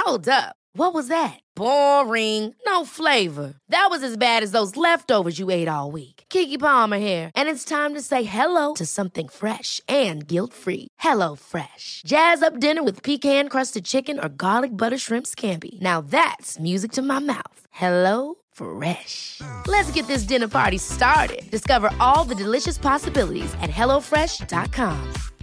Hold up. What was that? Boring. No flavor. That was as bad as those leftovers you ate all week. Keke Palmer here. And it's time to say hello to something fresh and guilt-free. Hello Fresh. Jazz up dinner with pecan-crusted chicken or garlic butter shrimp scampi. Now that's music to my mouth. Hello Fresh. Let's get this dinner party started. Discover all the delicious possibilities at hellofresh.com.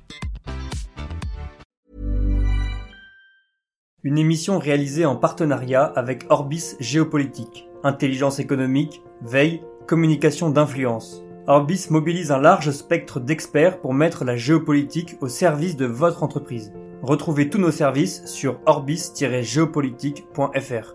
Une émission réalisée en partenariat avec Orbis Géopolitique. Intelligence économique, veille, communication d'influence. Orbis mobilise un large spectre d'experts pour mettre la géopolitique au service de votre entreprise. Retrouvez tous nos services sur orbis-géopolitique.fr.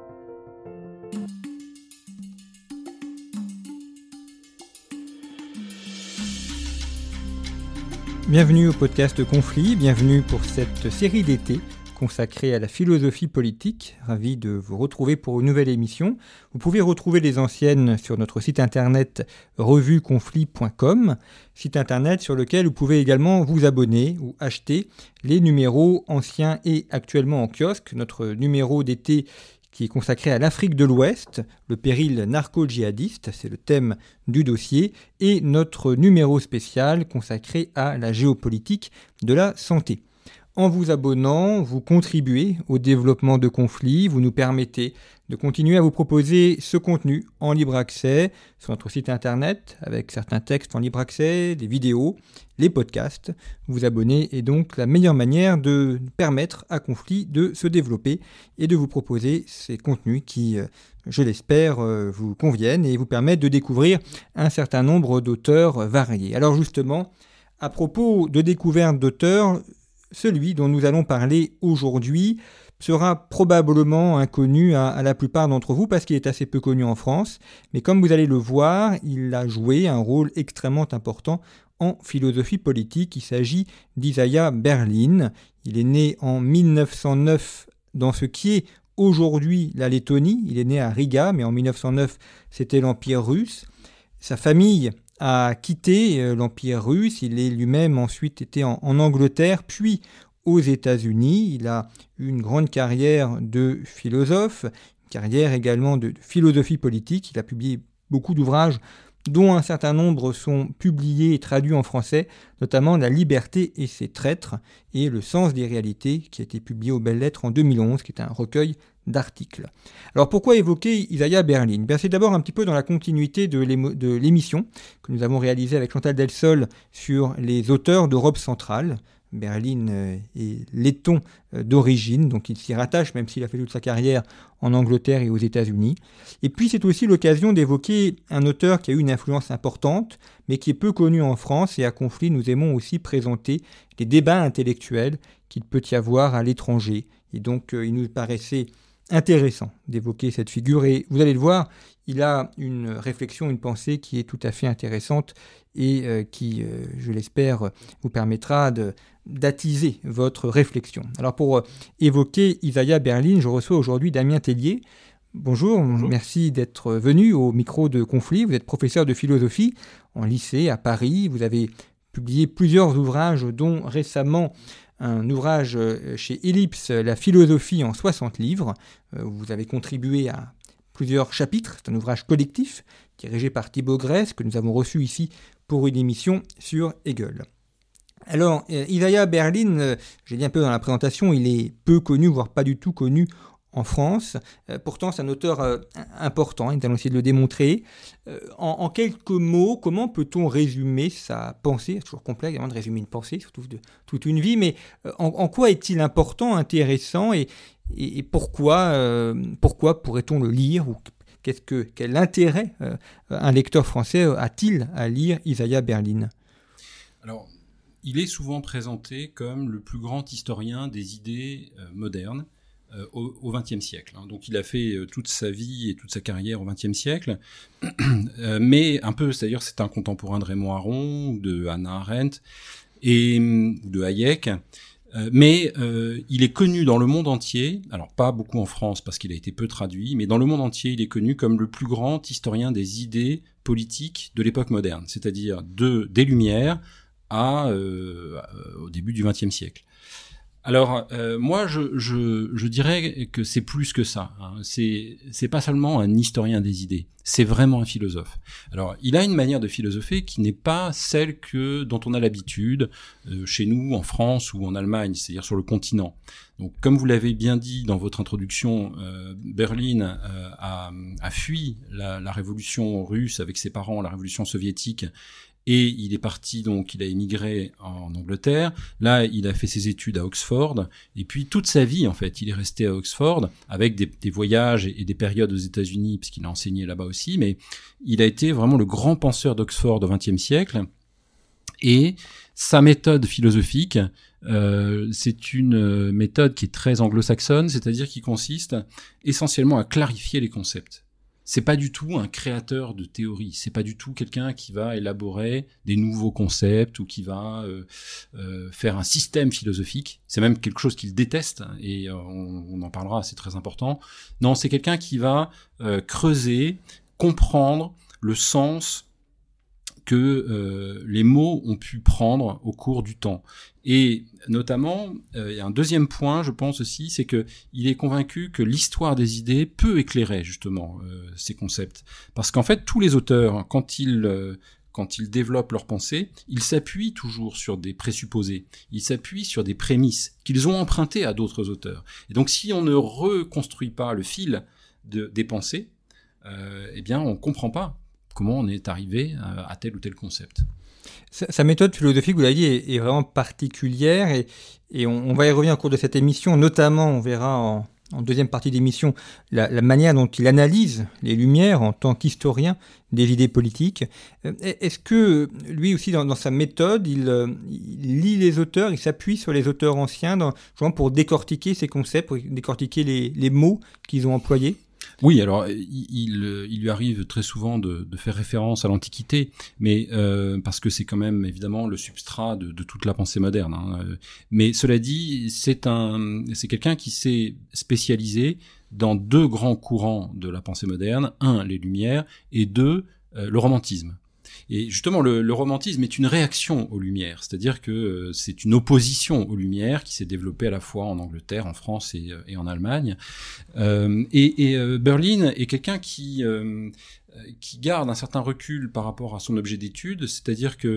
Bienvenue au podcast Conflit, bienvenue pour cette série d'été consacrée à la philosophie politique. Ravi de vous retrouver pour une nouvelle émission. Vous pouvez retrouver les anciennes sur notre site internet revueconflit.com, site internet sur lequel vous pouvez également vous abonner ou acheter les numéros anciens et actuellement en kiosque. Notre numéro d'été qui est consacré à l'Afrique de l'Ouest, le péril narco-djihadiste, c'est le thème du dossier, et notre numéro spécial consacré à la géopolitique de la santé. En vous abonnant, vous contribuez au développement de Conflits, vous nous permettez de continuer à vous proposer ce contenu en libre accès sur notre site internet, avec certains textes en libre accès, des vidéos, les podcasts. Vous abonner est donc la meilleure manière de permettre à Conflits de se développer et de vous proposer ces contenus qui, je l'espère, vous conviennent et vous permettent de découvrir un certain nombre d'auteurs variés. Alors justement, à propos de découverte d'auteurs, celui dont nous allons parler aujourd'hui sera probablement inconnu à la plupart d'entre vous parce qu'il est assez peu connu en France, mais comme vous allez le voir, il a joué un rôle extrêmement important en philosophie politique. Il s'agit d'Isaiah Berlin. Il est né en 1909 dans ce qui est aujourd'hui la Lettonie. Il est né à Riga, mais en 1909 c'était l'Empire russe. Sa famille a quitté l'Empire russe, il est lui-même ensuite été en Angleterre, puis aux États-Unis. Il a eu une grande carrière de philosophe, une carrière également de philosophie politique. Il a publié beaucoup d'ouvrages dont un certain nombre sont publiés et traduits en français, notamment La liberté et ses traîtres et Le sens des réalités, qui a été publié aux Belles Lettres en 2011, qui est un recueil d'articles. Alors pourquoi évoquer Isaiah Berlin ? C'est d'abord un petit peu dans la continuité de l'émission que nous avons réalisée avec Chantal Delsol sur les auteurs d'Europe centrale. Berlin est letton d'origine, donc il s'y rattache, même s'il a fait toute sa carrière en Angleterre et aux États-Unis. Et puis c'est aussi l'occasion d'évoquer un auteur qui a eu une influence importante, mais qui est peu connu en France, et à Conflit, nous aimons aussi présenter les débats intellectuels qu'il peut y avoir à l'étranger. Et donc il nous paraissait intéressant d'évoquer cette figure, et vous allez le voir, il a une réflexion, une pensée qui est tout à fait intéressante et qui, je l'espère, vous permettra d'attiser votre réflexion. Alors pour évoquer Isaiah Berlin, je reçois aujourd'hui Damien Tellier. Bonjour, merci d'être venu au micro de Conflit. Vous êtes professeur de philosophie en lycée à Paris. Vous avez publié plusieurs ouvrages, dont récemment un ouvrage chez Ellipse, La philosophie en 60 livres. Vous avez contribué à plusieurs chapitres. C'est un ouvrage collectif dirigé par Thibaut Grèce que nous avons reçu ici pour une émission sur Hegel. Alors, Isaiah Berlin, j'ai dit un peu dans la présentation, il est peu connu, voire pas du tout connu en France. Pourtant, c'est un auteur important, nous allons essayer de le démontrer. En quelques mots, comment peut-on résumer sa pensée ? C'est toujours complexe de résumer une pensée, surtout de toute une vie, mais en quoi est-il important, intéressant et pourquoi pourrait-on le lire ou quel intérêt un lecteur français a-t-il à lire Isaiah Berlin ? Alors, il est souvent présenté comme le plus grand historien des idées modernes au XXe siècle. Donc il a fait toute sa vie et toute sa carrière au XXe siècle, mais un peu, c'est-à-dire c'est un contemporain de Raymond Aron, ou de Hannah Arendt, ou de Hayek, mais il est connu dans le monde entier, alors pas beaucoup en France parce qu'il a été peu traduit, mais dans le monde entier il est connu comme le plus grand historien des idées politiques de l'époque moderne, c'est-à-dire des Lumières au début du XXe siècle. Alors, moi, je dirais que c'est plus que ça. Hein. C'est pas seulement un historien des idées, c'est vraiment un philosophe. Alors, il a une manière de philosopher qui n'est pas celle dont on a l'habitude chez nous, en France ou en Allemagne, c'est-à-dire sur le continent. Donc, comme vous l'avez bien dit dans votre introduction, Berlin a fui la révolution russe avec ses parents, la révolution soviétique. Et il est parti, donc il a émigré en Angleterre. Là, il a fait ses études à Oxford. Et puis toute sa vie, en fait, il est resté à Oxford avec des voyages et des périodes aux États-Unis, puisqu'il a enseigné là-bas aussi. Mais il a été vraiment le grand penseur d'Oxford au XXe siècle. Et sa méthode philosophique, c'est une méthode qui est très anglo-saxonne, c'est-à-dire qui consiste essentiellement à clarifier les concepts. C'est pas du tout un créateur de théories, c'est pas du tout quelqu'un qui va élaborer des nouveaux concepts ou qui va faire un système philosophique. C'est même quelque chose qu'il déteste et on en parlera, c'est très important. Non, c'est quelqu'un qui va creuser, comprendre le sens que les mots ont pu prendre au cours du temps. Et notamment, il y a un deuxième point, je pense aussi, c'est que il est convaincu que l'histoire des idées peut éclairer justement ces concepts. Parce qu'en fait, tous les auteurs, quand ils développent leur pensée, ils s'appuient toujours sur des présupposés, ils s'appuient sur des prémices qu'ils ont empruntées à d'autres auteurs. Et donc, si on ne reconstruit pas le fil des pensées, eh bien, on comprend pas comment on est arrivé à tel ou tel concept. Sa méthode philosophique, vous l'avez dit, est vraiment particulière et on va y revenir au cours de cette émission. Notamment, on verra en deuxième partie d'émission la manière dont il analyse les Lumières en tant qu'historien des idées politiques. Est-ce que lui aussi, dans sa méthode, il lit les auteurs, il s'appuie sur les auteurs anciens pour décortiquer ces concepts, pour décortiquer les mots qu'ils ont employés ? Oui, alors il lui arrive très souvent de faire référence à l'Antiquité, mais parce que c'est quand même évidemment le substrat de toute la pensée moderne. Hein. Mais cela dit, c'est quelqu'un qui s'est spécialisé dans deux grands courants de la pensée moderne, un, les Lumières, et deux, le romantisme. Et justement, le romantisme est une réaction aux Lumières, c'est-à-dire que c'est une opposition aux Lumières qui s'est développée à la fois en Angleterre, en France et en Allemagne. Berlin est quelqu'un qui garde un certain recul par rapport à son objet d'étude, c'est-à-dire que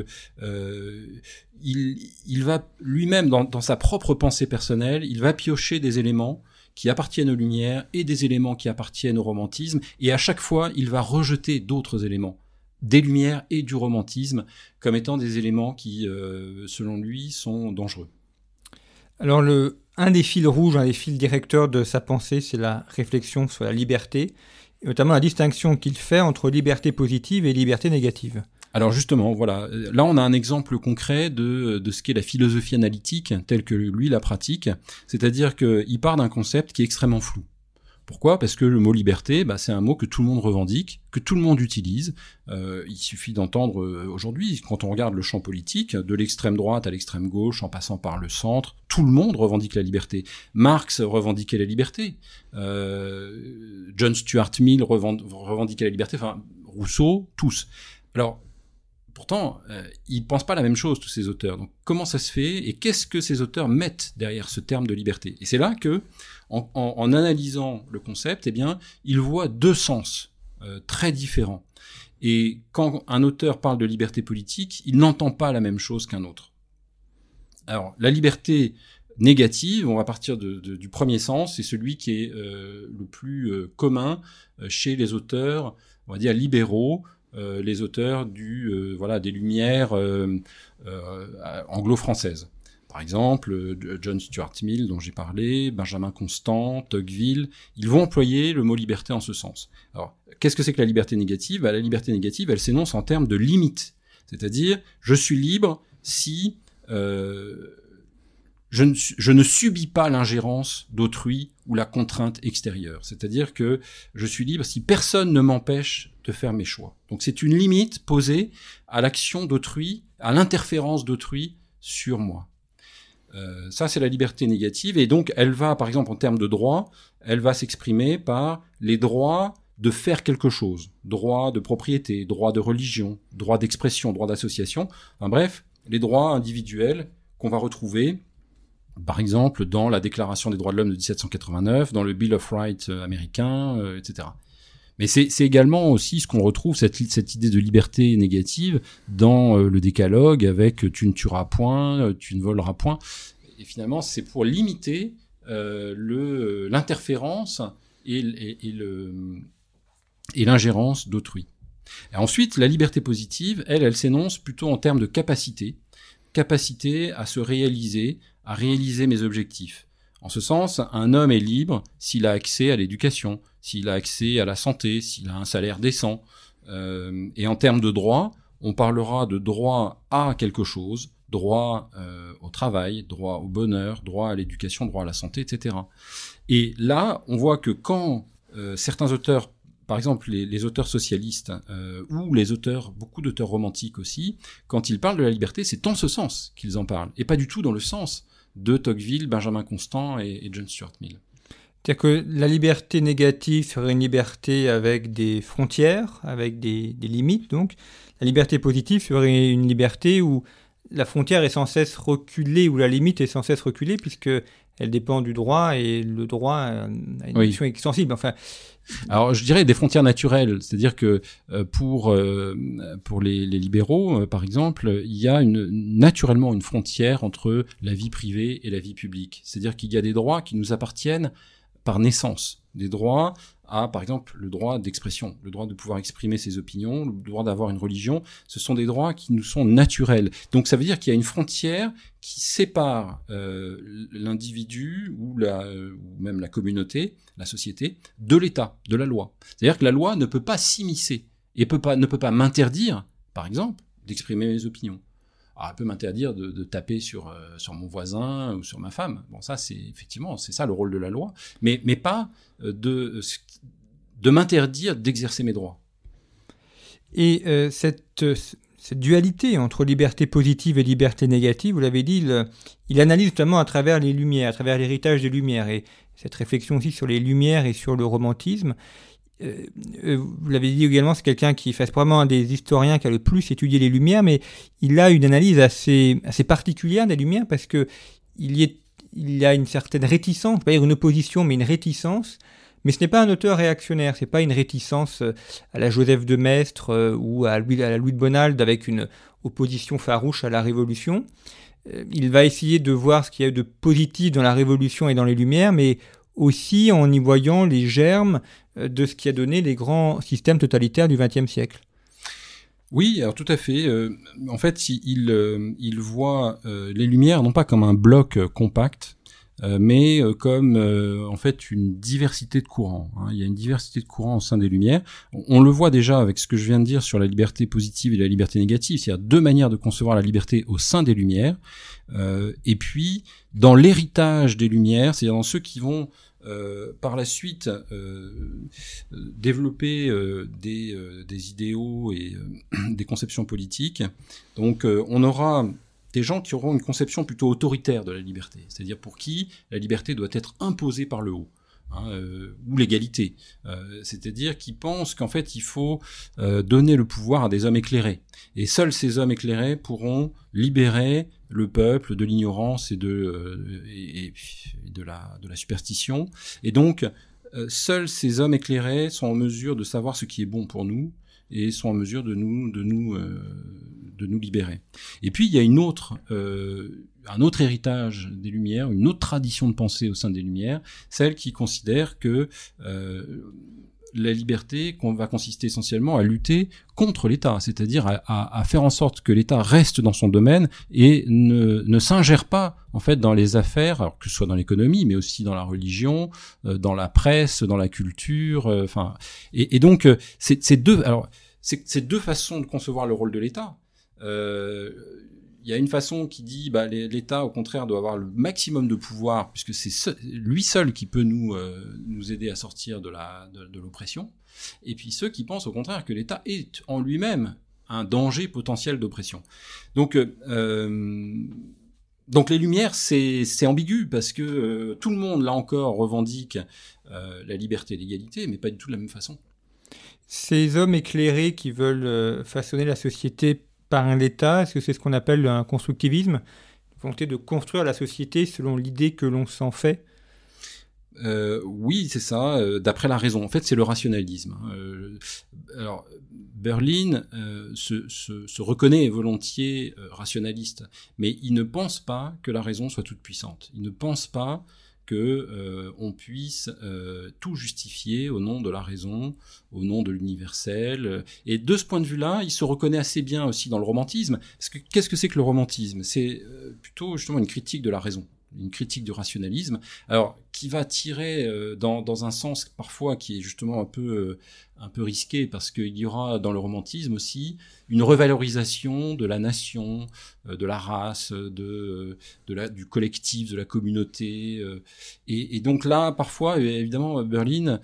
il va lui-même, dans sa propre pensée personnelle, il va piocher des éléments qui appartiennent aux Lumières et des éléments qui appartiennent au romantisme, et à chaque fois, il va rejeter d'autres éléments, des Lumières et du romantisme, comme étant des éléments qui, selon lui, sont dangereux. Alors, un des fils rouges, un des fils directeurs de sa pensée, c'est la réflexion sur la liberté, et notamment la distinction qu'il fait entre liberté positive et liberté négative. Alors justement, voilà, là on a un exemple concret de ce qu'est la philosophie analytique telle que lui la pratique, c'est-à-dire qu'il part d'un concept qui est extrêmement flou. Pourquoi ? Parce que le mot liberté, c'est un mot que tout le monde revendique, que tout le monde utilise. Il suffit d'entendre aujourd'hui, quand on regarde le champ politique, de l'extrême droite à l'extrême gauche, en passant par le centre, tout le monde revendique la liberté. Marx revendiquait la liberté. John Stuart Mill revendiquait la liberté. Enfin, Rousseau, tous. Alors, pourtant, ils pensent pas la même chose, tous ces auteurs. Donc, comment ça se fait et qu'est-ce que ces auteurs mettent derrière ce terme de liberté ? Et c'est là que, en analysant le concept, eh bien, ils voient deux sens très différents. Et quand un auteur parle de liberté politique, il n'entend pas la même chose qu'un autre. Alors, la liberté négative, on va partir du premier sens, c'est celui qui est le plus commun chez les auteurs, on va dire libéraux, les auteurs des Lumières anglo-françaises. Par exemple, John Stuart Mill, dont j'ai parlé, Benjamin Constant, Tocqueville, ils vont employer le mot liberté en ce sens. Alors, qu'est-ce que c'est que la liberté négative ? La liberté négative, elle s'énonce en termes de limite. C'est-à-dire, je suis libre si je ne subis pas l'ingérence d'autrui ou la contrainte extérieure. C'est-à-dire que je suis libre si personne ne m'empêche de faire mes choix. Donc c'est une limite posée à l'action d'autrui, à l'interférence d'autrui sur moi. Ça, c'est la liberté négative. Et donc, elle va, par exemple, en termes de droit, elle va s'exprimer par les droits de faire quelque chose. Droit de propriété, droit de religion, droit d'expression, droit d'association. Enfin bref, les droits individuels qu'on va retrouver par exemple dans la Déclaration des droits de l'homme de 1789, dans le Bill of Rights américain, etc. Mais c'est également aussi ce qu'on retrouve, cette idée de liberté négative dans le décalogue avec tu ne tueras point, tu ne voleras point. Et finalement, c'est pour limiter l'interférence et l'ingérence d'autrui. Et ensuite, la liberté positive, elle s'énonce plutôt en termes de capacité à se réaliser, à réaliser mes objectifs. En ce sens, un homme est libre s'il a accès à l'éducation, s'il a accès à la santé, s'il a un salaire décent. Et en termes de droit, on parlera de droit à quelque chose, droit au travail, droit au bonheur, droit à l'éducation, droit à la santé, etc. Et là, on voit que quand certains auteurs, par exemple les auteurs socialistes ou beaucoup d'auteurs romantiques aussi, quand ils parlent de la liberté, c'est en ce sens qu'ils en parlent, et pas du tout dans le sens de Tocqueville, Benjamin Constant et John Stuart Mill. C'est-à-dire que la liberté négative serait une liberté avec des frontières, avec des limites, donc. La liberté positive serait une liberté où la frontière est sans cesse reculée, où la limite est sans cesse reculée, puisqu'elle dépend du droit, et le droit a une notion extensible. Enfin, alors, je dirais des frontières naturelles, c'est-à-dire que pour les libéraux, par exemple, il y a naturellement une frontière entre la vie privée et la vie publique. C'est-à-dire qu'il y a des droits qui nous appartiennent par naissance, des droits à, par exemple, le droit d'expression, le droit de pouvoir exprimer ses opinions, le droit d'avoir une religion. Ce sont des droits qui nous sont naturels. Donc, ça veut dire qu'il y a une frontière qui sépare l'individu ou même la communauté, la société, de l'État, de la loi. C'est-à-dire que la loi ne peut pas s'immiscer et ne peut pas m'interdire, par exemple, d'exprimer mes opinions. Alors, elle peut m'interdire de taper sur mon voisin ou sur ma femme. Bon, ça, c'est ça le rôle de la loi, mais pas de m'interdire d'exercer mes droits. Et cette dualité entre liberté positive et liberté négative, vous l'avez dit, il analyse notamment à travers les Lumières, à travers l'héritage des Lumières, et cette réflexion aussi sur les Lumières et sur le romantisme. Vous l'avez dit également, c'est quelqu'un qui fait probablement un des historiens qui a le plus étudié les Lumières, mais il a une analyse assez particulière des Lumières, parce que il y a une certaine réticence, pas dire une opposition, mais une réticence. Mais ce n'est pas un auteur réactionnaire, c'est pas une réticence à la Joseph de Maistre ou à la Louis de Bonald avec une opposition farouche à la Révolution. Il va essayer de voir ce qu'il y a de positif dans la Révolution et dans les Lumières, mais aussi en y voyant les germes de ce qui a donné les grands systèmes totalitaires du XXe siècle. Oui, alors tout à fait. En fait, il voit les Lumières non pas comme un bloc compact, mais comme en fait une diversité de courants. Il y a une diversité de courants au sein des Lumières. On le voit déjà avec ce que je viens de dire sur la liberté positive et la liberté négative. C'est-à-dire deux manières de concevoir la liberté au sein des Lumières. Et puis, dans l'héritage des Lumières, c'est-à-dire dans ceux qui vont par la suite développer des idéaux et des conceptions politiques. Donc on aura des gens qui auront une conception plutôt autoritaire de la liberté, c'est-à-dire pour qui la liberté doit être imposée par le haut. Ou l'égalité, c'est-à-dire qui pensent qu'en fait il faut donner le pouvoir à des hommes éclairés, et seuls ces hommes éclairés pourront libérer le peuple de l'ignorance et de la superstition, et donc seuls ces hommes éclairés sont en mesure de savoir ce qui est bon pour nous et sont en mesure de nous libérer. Et puis il y a un autre héritage des Lumières, une autre tradition de pensée au sein des Lumières, celle qui considère que la liberté va consister essentiellement à lutter contre l'État, c'est-à-dire à faire en sorte que l'État reste dans son domaine et ne s'ingère pas en fait dans les affaires, alors que ce soit dans l'économie, mais aussi dans la religion, dans la presse, dans la culture, et donc ces deux façons de concevoir le rôle de l'État. Il y a une façon qui dit l'État au contraire doit avoir le maximum de pouvoir, puisque c'est lui seul qui peut nous aider à sortir de l'oppression, et puis ceux qui pensent au contraire que l'État est en lui-même un danger potentiel d'oppression. Donc les Lumières, c'est ambigu, parce que tout le monde là encore revendique la liberté et l'égalité, mais pas du tout de la même façon. Ces hommes éclairés qui veulent façonner la société par l'État, est-ce que c'est ce qu'on appelle un constructivisme ? volonté de construire la société selon l'idée que l'on s'en fait. Oui, c'est ça, d'après la raison. En fait, c'est le rationalisme. Alors, Berlin se reconnaît volontiers rationaliste, mais il ne pense pas que la raison soit toute puissante. Il ne pense pas que on puisse tout justifier au nom de la raison, au nom de l'universel. Et de ce point de vue-là, il se reconnaît assez bien aussi dans le romantisme. Parce que qu'est-ce que c'est que le romantisme ? C'est plutôt justement une critique de la raison, une critique du rationalisme, alors qui va tirer dans un sens parfois qui est justement un peu risqué, parce qu'il y aura dans le romantisme aussi une revalorisation de la nation, de la race, du collectif, de la communauté, et donc là parfois évidemment Berlin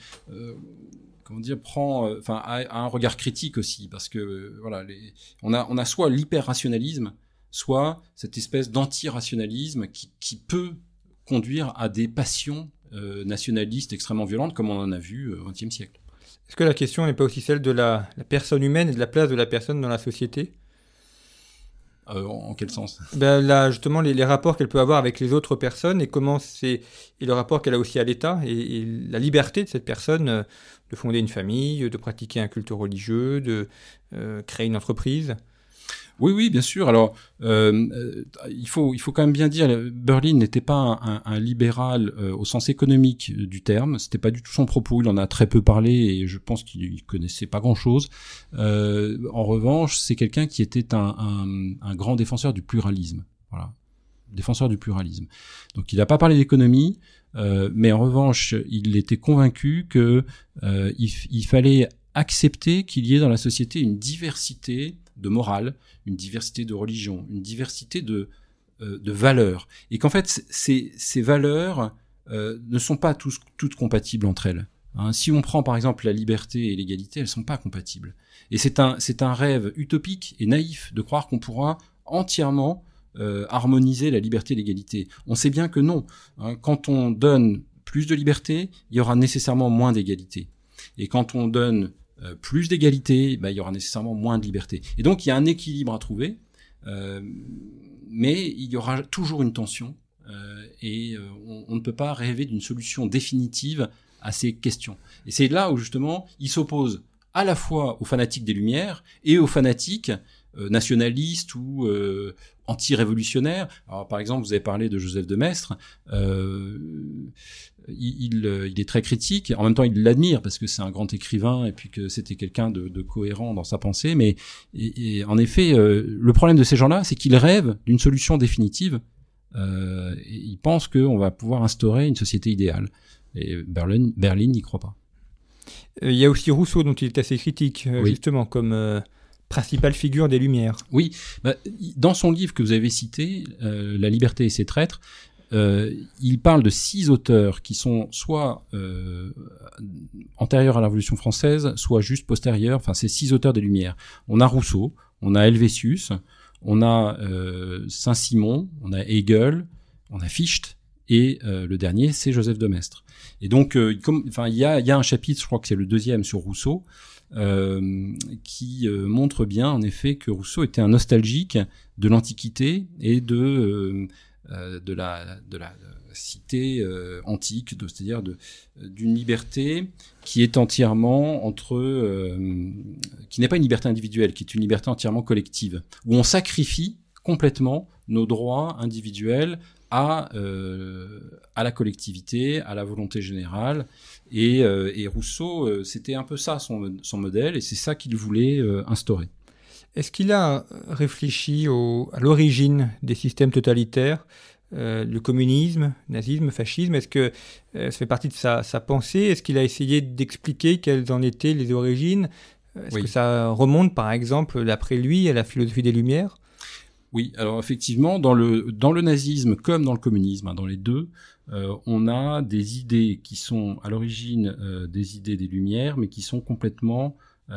a un regard critique aussi, parce que voilà, on a soit l'hyper-rationalisme, soit cette espèce d'anti-rationalisme qui peut conduire à des passions nationalistes extrêmement violentes, comme on en a vu au XXe siècle. Est-ce que la question n'est pas aussi celle de la personne humaine et de la place de la personne dans la société ? En quel sens ? Là, justement, les rapports qu'elle peut avoir avec les autres personnes et le rapport qu'elle a aussi à l'État et la liberté de cette personne de fonder une famille, de pratiquer un culte religieux, de créer une entreprise. Oui, bien sûr. Alors, il faut quand même bien dire, Berlin n'était pas un libéral au sens économique du terme. C'était pas du tout son propos. Il en a très peu parlé et je pense qu'il connaissait pas grand-chose. En revanche, c'est quelqu'un qui était un grand défenseur du pluralisme. Voilà, défenseur du pluralisme. Donc, il n'a pas parlé d'économie, mais en revanche, il était convaincu que il fallait accepter qu'il y ait dans la société une diversité de morale, une diversité de religion, une diversité de valeurs, et qu'en fait ces valeurs ne sont pas toutes compatibles entre elles. Si on prend par exemple la liberté et l'égalité, elles sont pas compatibles. Et c'est un rêve utopique et naïf de croire qu'on pourra entièrement harmoniser la liberté et l'égalité. On sait bien que non. Quand on donne plus de liberté, il y aura nécessairement moins d'égalité. Et quand on donne plus d'égalité, il y aura nécessairement moins de liberté. Et donc, il y a un équilibre à trouver, mais il y aura toujours une tension, et on ne peut pas rêver d'une solution définitive à ces questions. Et c'est là où, justement, il s'oppose à la fois aux fanatiques des Lumières et aux fanatiques nationalistes ou anti-révolutionnaires. Alors, par exemple, vous avez parlé de Joseph de Maistre. Il est très critique. En même temps, il l'admire parce que c'est un grand écrivain et puis que c'était quelqu'un de cohérent dans sa pensée. Mais et en effet, le problème de ces gens-là, c'est qu'ils rêvent d'une solution définitive. Et ils pensent qu'on va pouvoir instaurer une société idéale. Et Berlin n'y croit pas. Il y a aussi Rousseau, dont il est assez critique, oui. Justement, comme principale figure des Lumières. Oui, dans son livre que vous avez cité, La liberté et ses traîtres, il parle de 6 auteurs qui sont soit antérieurs à la Révolution française, soit juste postérieurs. Enfin, c'est 6 auteurs des Lumières. On a Rousseau, on a Helvétius, on a Saint-Simon, on a Hegel, on a Fichte, et le dernier, c'est Joseph de Maistre. Et donc, il y a un chapitre, je crois que c'est le 2e, sur Rousseau, qui montre bien, en effet, que Rousseau était un nostalgique de l'Antiquité et de la cité antique, c'est-à-dire d'une liberté qui est entièrement qui n'est pas une liberté individuelle, qui est une liberté entièrement collective, où on sacrifie complètement nos droits individuels à la collectivité, à la volonté générale. Et Rousseau, c'était un peu ça son modèle, et c'est ça qu'il voulait instaurer. Est-ce qu'il a réfléchi à l'origine des systèmes totalitaires, le communisme, nazisme, fascisme? Est-ce que ça fait partie de sa pensée? Est-ce qu'il a essayé d'expliquer quelles en étaient les origines? Est-ce que ça remonte, par exemple, d'après lui, à la philosophie des Lumières? Oui, alors effectivement, dans le nazisme comme dans le communisme, dans les deux, on a des idées qui sont à l'origine des idées des Lumières, mais qui sont complètement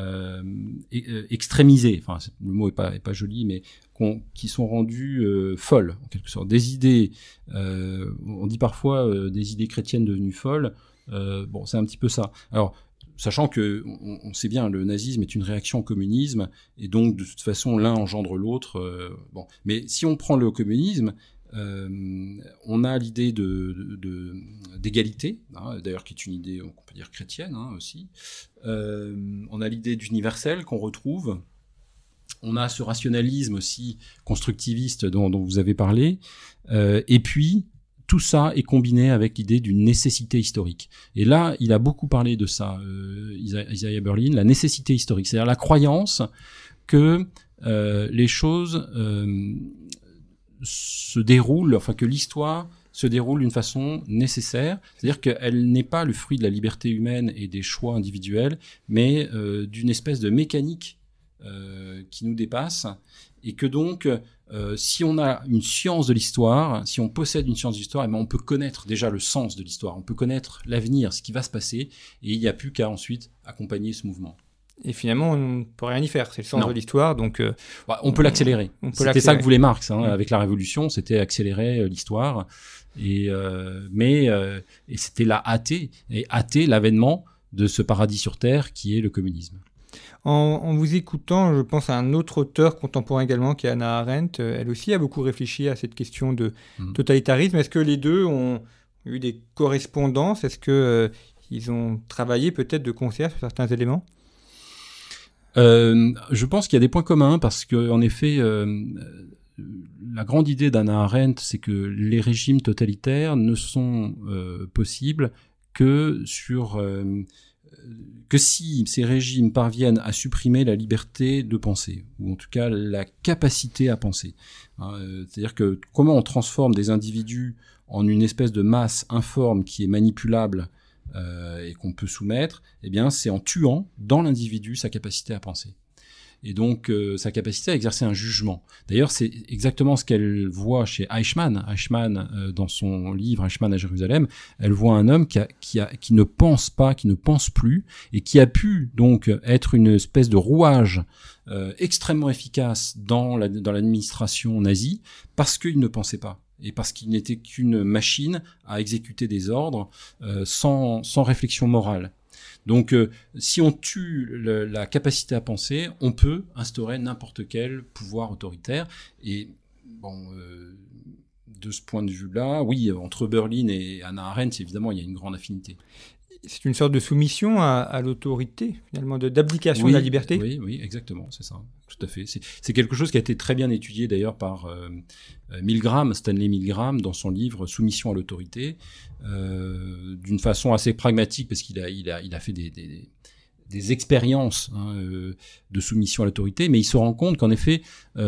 extrémisées. Enfin, le mot est pas joli, mais qui sont rendues folles, en quelque sorte. Des idées, on dit parfois des idées chrétiennes devenues folles. C'est un petit peu ça. Alors, sachant que on sait bien, le nazisme est une réaction au communisme, et donc de toute façon l'un engendre l'autre. Mais si on prend le communisme, On a l'idée d'égalité, d'ailleurs qui est une idée qu'on peut dire chrétienne aussi. On a l'idée d'universel qu'on retrouve. On a ce rationalisme aussi constructiviste dont vous avez parlé. Et puis, tout ça est combiné avec l'idée d'une nécessité historique. Et là, il a beaucoup parlé de ça, Isaiah Berlin, la nécessité historique. C'est-à-dire la croyance que les choses se déroulent, enfin que l'histoire se déroule d'une façon nécessaire. C'est-à-dire qu'elle n'est pas le fruit de la liberté humaine et des choix individuels, mais d'une espèce de mécanique qui nous dépasse. Et que donc, si on a une science de l'histoire, si on possède une science de l'histoire, on peut connaître déjà le sens de l'histoire, on peut connaître l'avenir, ce qui va se passer, et il n'y a plus qu'à ensuite accompagner ce mouvement. Et finalement, on ne peut rien y faire, c'est le sens de l'histoire, donc... on peut l'accélérer. C'était ça que voulait Marx, avec la Révolution, c'était accélérer l'histoire, et c'était hâter l'avènement de ce paradis sur Terre qui est le communisme. En vous écoutant, je pense à un autre auteur contemporain également, qui est Hannah Arendt. Elle aussi a beaucoup réfléchi à cette question de totalitarisme. Est-ce que les deux ont eu des correspondances ? Est-ce qu'ils ont travaillé peut-être de concert sur certains éléments ? Je pense qu'il y a des points communs parce que, en effet, la grande idée d'Hannah Arendt, c'est que les régimes totalitaires ne sont possibles que si ces régimes parviennent à supprimer la liberté de penser, ou en tout cas la capacité à penser. C'est-à-dire que comment on transforme des individus en une espèce de masse informe qui est manipulable et qu'on peut soumettre, eh bien c'est en tuant dans l'individu sa capacité à penser. Et donc sa capacité à exercer un jugement. D'ailleurs, c'est exactement ce qu'elle voit chez Eichmann. Eichmann, dans son livre Eichmann à Jérusalem, elle voit un homme qui ne pense pas, qui ne pense plus, et qui a pu donc être une espèce de rouage extrêmement efficace dans l'administration nazie, parce qu'il ne pensait pas. Et parce qu'il n'était qu'une machine à exécuter des ordres sans réflexion morale. Donc, si on tue la capacité à penser, on peut instaurer n'importe quel pouvoir autoritaire. Et bon, de ce point de vue-là, oui, entre Berlin et Hannah Arendt, évidemment, il y a une grande affinité. C'est une sorte de soumission à l'autorité, finalement, d'abdication de la liberté. Oui, exactement, c'est ça, tout à fait. C'est quelque chose qui a été très bien étudié d'ailleurs par Milgram, Stanley Milgram, dans son livre Soumission à l'autorité, d'une façon assez pragmatique, parce qu'il a fait des expériences de soumission à l'autorité, mais il se rend compte qu'en effet,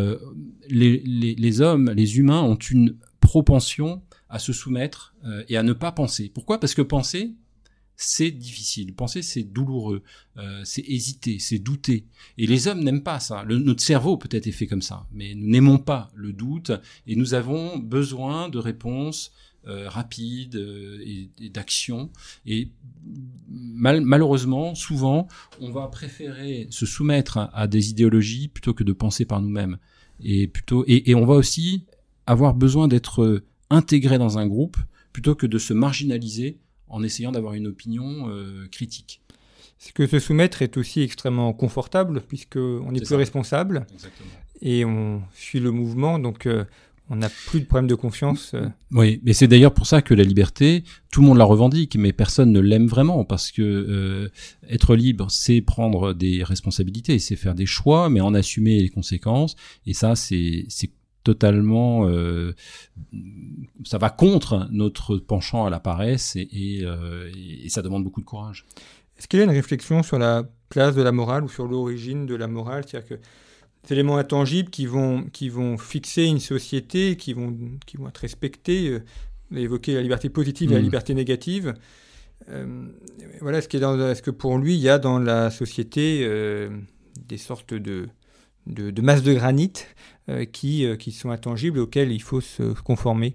les hommes, les humains ont une propension à se soumettre et à ne pas penser. Pourquoi ? Parce que penser, c'est difficile. Penser, c'est douloureux. C'est hésiter, c'est douter. Et les hommes n'aiment pas ça. Notre cerveau peut-être est fait comme ça, mais nous n'aimons pas le doute et nous avons besoin de réponses rapides et d'actions. Et malheureusement, souvent, on va préférer se soumettre à des idéologies plutôt que de penser par nous-mêmes. Et on va aussi avoir besoin d'être intégré dans un groupe plutôt que de se marginaliser en essayant d'avoir une opinion critique. C'est que se soumettre est aussi extrêmement confortable, puisqu'on n'est plus responsable. Exactement. Et on suit le mouvement, donc on n'a plus de problème de confiance. Oui, mais c'est d'ailleurs pour ça que la liberté, tout le monde la revendique, mais personne ne l'aime vraiment, parce que être libre, c'est prendre des responsabilités, c'est faire des choix, mais en assumer les conséquences, et ça, c'est totalement, ça va contre notre penchant à la paresse et ça demande beaucoup de courage. Est-ce qu'il y a une réflexion sur la place de la morale ou sur l'origine de la morale ? C'est-à-dire que des éléments intangibles qui vont fixer une société, qui vont être respectés. Vous avez évoqué la liberté positive et la liberté négative. Voilà, est-ce que pour lui, il y a dans la société des sortes de masses de granit qui sont intangibles, auxquelles il faut se conformer?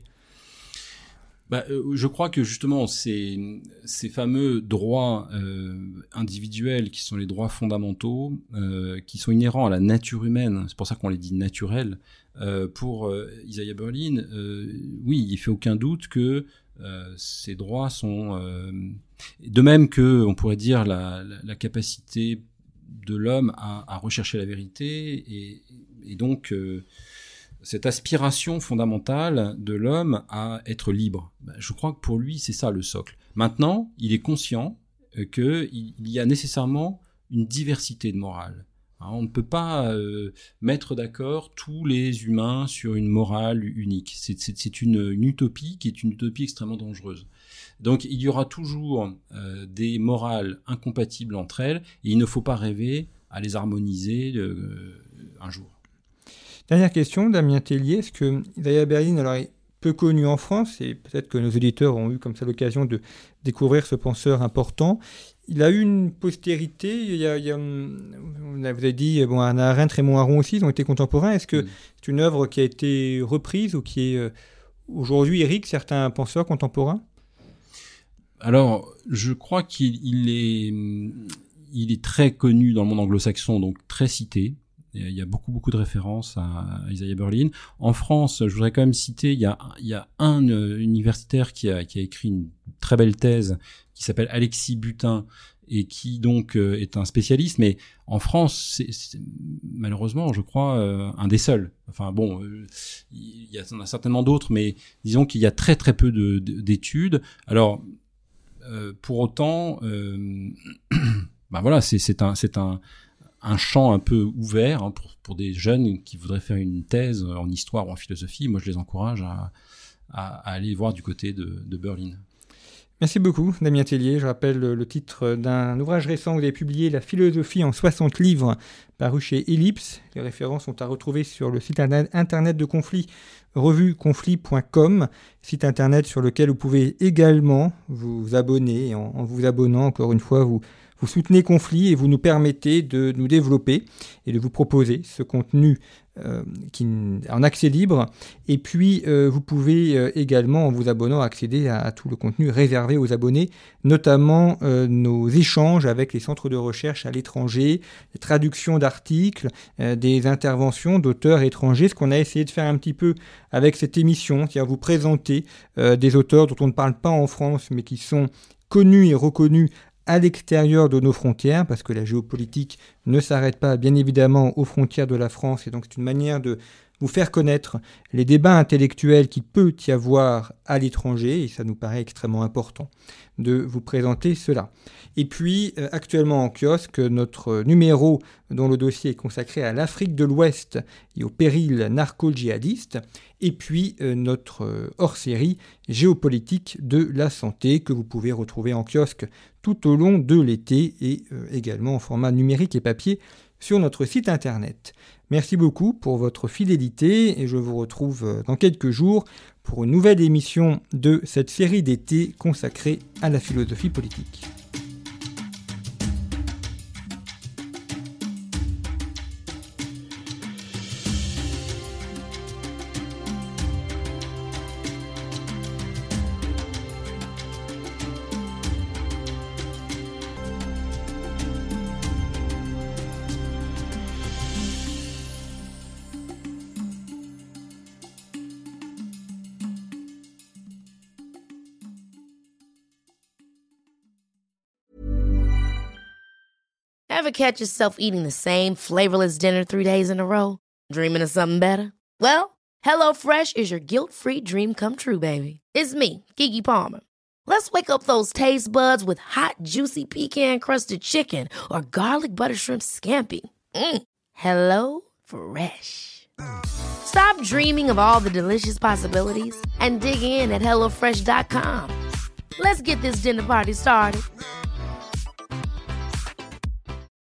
Je crois que justement ces fameux droits individuels qui sont les droits fondamentaux, qui sont inhérents à la nature humaine, c'est pour ça qu'on les dit naturels, pour Isaiah Berlin, oui, il fait aucun doute que ces droits sont... de même que, on pourrait dire, la capacité de l'homme à rechercher la vérité et donc cette aspiration fondamentale de l'homme à être libre. Je crois que pour lui, c'est ça le socle. Maintenant, il est conscient qu'il y a nécessairement une diversité de morale. On ne peut pas mettre d'accord tous les humains sur une morale unique. C'est une utopie qui est une utopie extrêmement dangereuse. Donc il y aura toujours des morales incompatibles entre elles, et il ne faut pas rêver à les harmoniser un jour. Dernière question, Damien Tellier. Est-ce que Isaiah Berlin est peu connu en France, et peut-être que nos auditeurs ont eu comme ça l'occasion de découvrir ce penseur important. Il a eu une postérité, vous avez dit, Hannah Arendt, Raymond Aron aussi, ils ont été contemporains. Est-ce que c'est une œuvre qui a été reprise ou qui est aujourd'hui irrigue certains penseurs contemporains ? Alors, je crois qu'il est très connu dans le monde anglo-saxon, donc très cité. Il y a beaucoup de références à Isaiah Berlin. En France, je voudrais quand même citer, il y a un universitaire qui a écrit une très belle thèse qui s'appelle Alexis Butin et qui donc est un spécialiste, mais en France, c'est malheureusement, je crois, un des seuls. Enfin bon, il y en a certainement d'autres, mais disons qu'il y a très peu d'études. Alors, pour autant, voilà, c'est un champ un peu ouvert pour des jeunes qui voudraient faire une thèse en histoire ou en philosophie. Moi, je les encourage à aller voir du côté de Berlin. Merci beaucoup, Damien Tellier. Je rappelle le titre d'un ouvrage récent que vous avez publié, La philosophie en 60 livres, paru chez Ellipse. Les références sont à retrouver sur le site internet de Conflit, revueconflit.com, site internet sur lequel vous pouvez également vous abonner. Et en vous abonnant, encore une fois, vous soutenez Conflit et vous nous permettez de nous développer et de vous proposer ce contenu en accès libre. Et puis, vous pouvez également, en vous abonnant, accéder à tout le contenu réservé aux abonnés, notamment nos échanges avec les centres de recherche à l'étranger, les traductions d'articles, des interventions d'auteurs étrangers, ce qu'on a essayé de faire un petit peu avec cette émission, c'est-à-dire vous présenter des auteurs dont on ne parle pas en France, mais qui sont connus et reconnus à l'extérieur de nos frontières, parce que la géopolitique ne s'arrête pas, bien évidemment, aux frontières de la France, et donc c'est une manière de vous faire connaître les débats intellectuels qu'il peut y avoir à l'étranger, et ça nous paraît extrêmement important de vous présenter cela. Et puis, actuellement en kiosque, notre numéro dont le dossier est consacré à l'Afrique de l'Ouest et au péril narco-djihadiste, et puis notre hors-série géopolitique de la santé que vous pouvez retrouver en kiosque tout au long de l'été et également en format numérique et papier sur notre site internet. Merci beaucoup pour votre fidélité et je vous retrouve dans quelques jours pour une nouvelle émission de cette série d'été consacrée à la philosophie politique. Ever catch yourself eating the same flavorless dinner 3 days in a row? Dreaming of something better? Well, HelloFresh is your guilt-free dream come true, baby. It's me, Keke Palmer. Let's wake up those taste buds with hot, juicy pecan-crusted chicken or garlic butter shrimp scampi. Hello Fresh. Stop dreaming of all the delicious possibilities and dig in at HelloFresh.com. Let's get this dinner party started.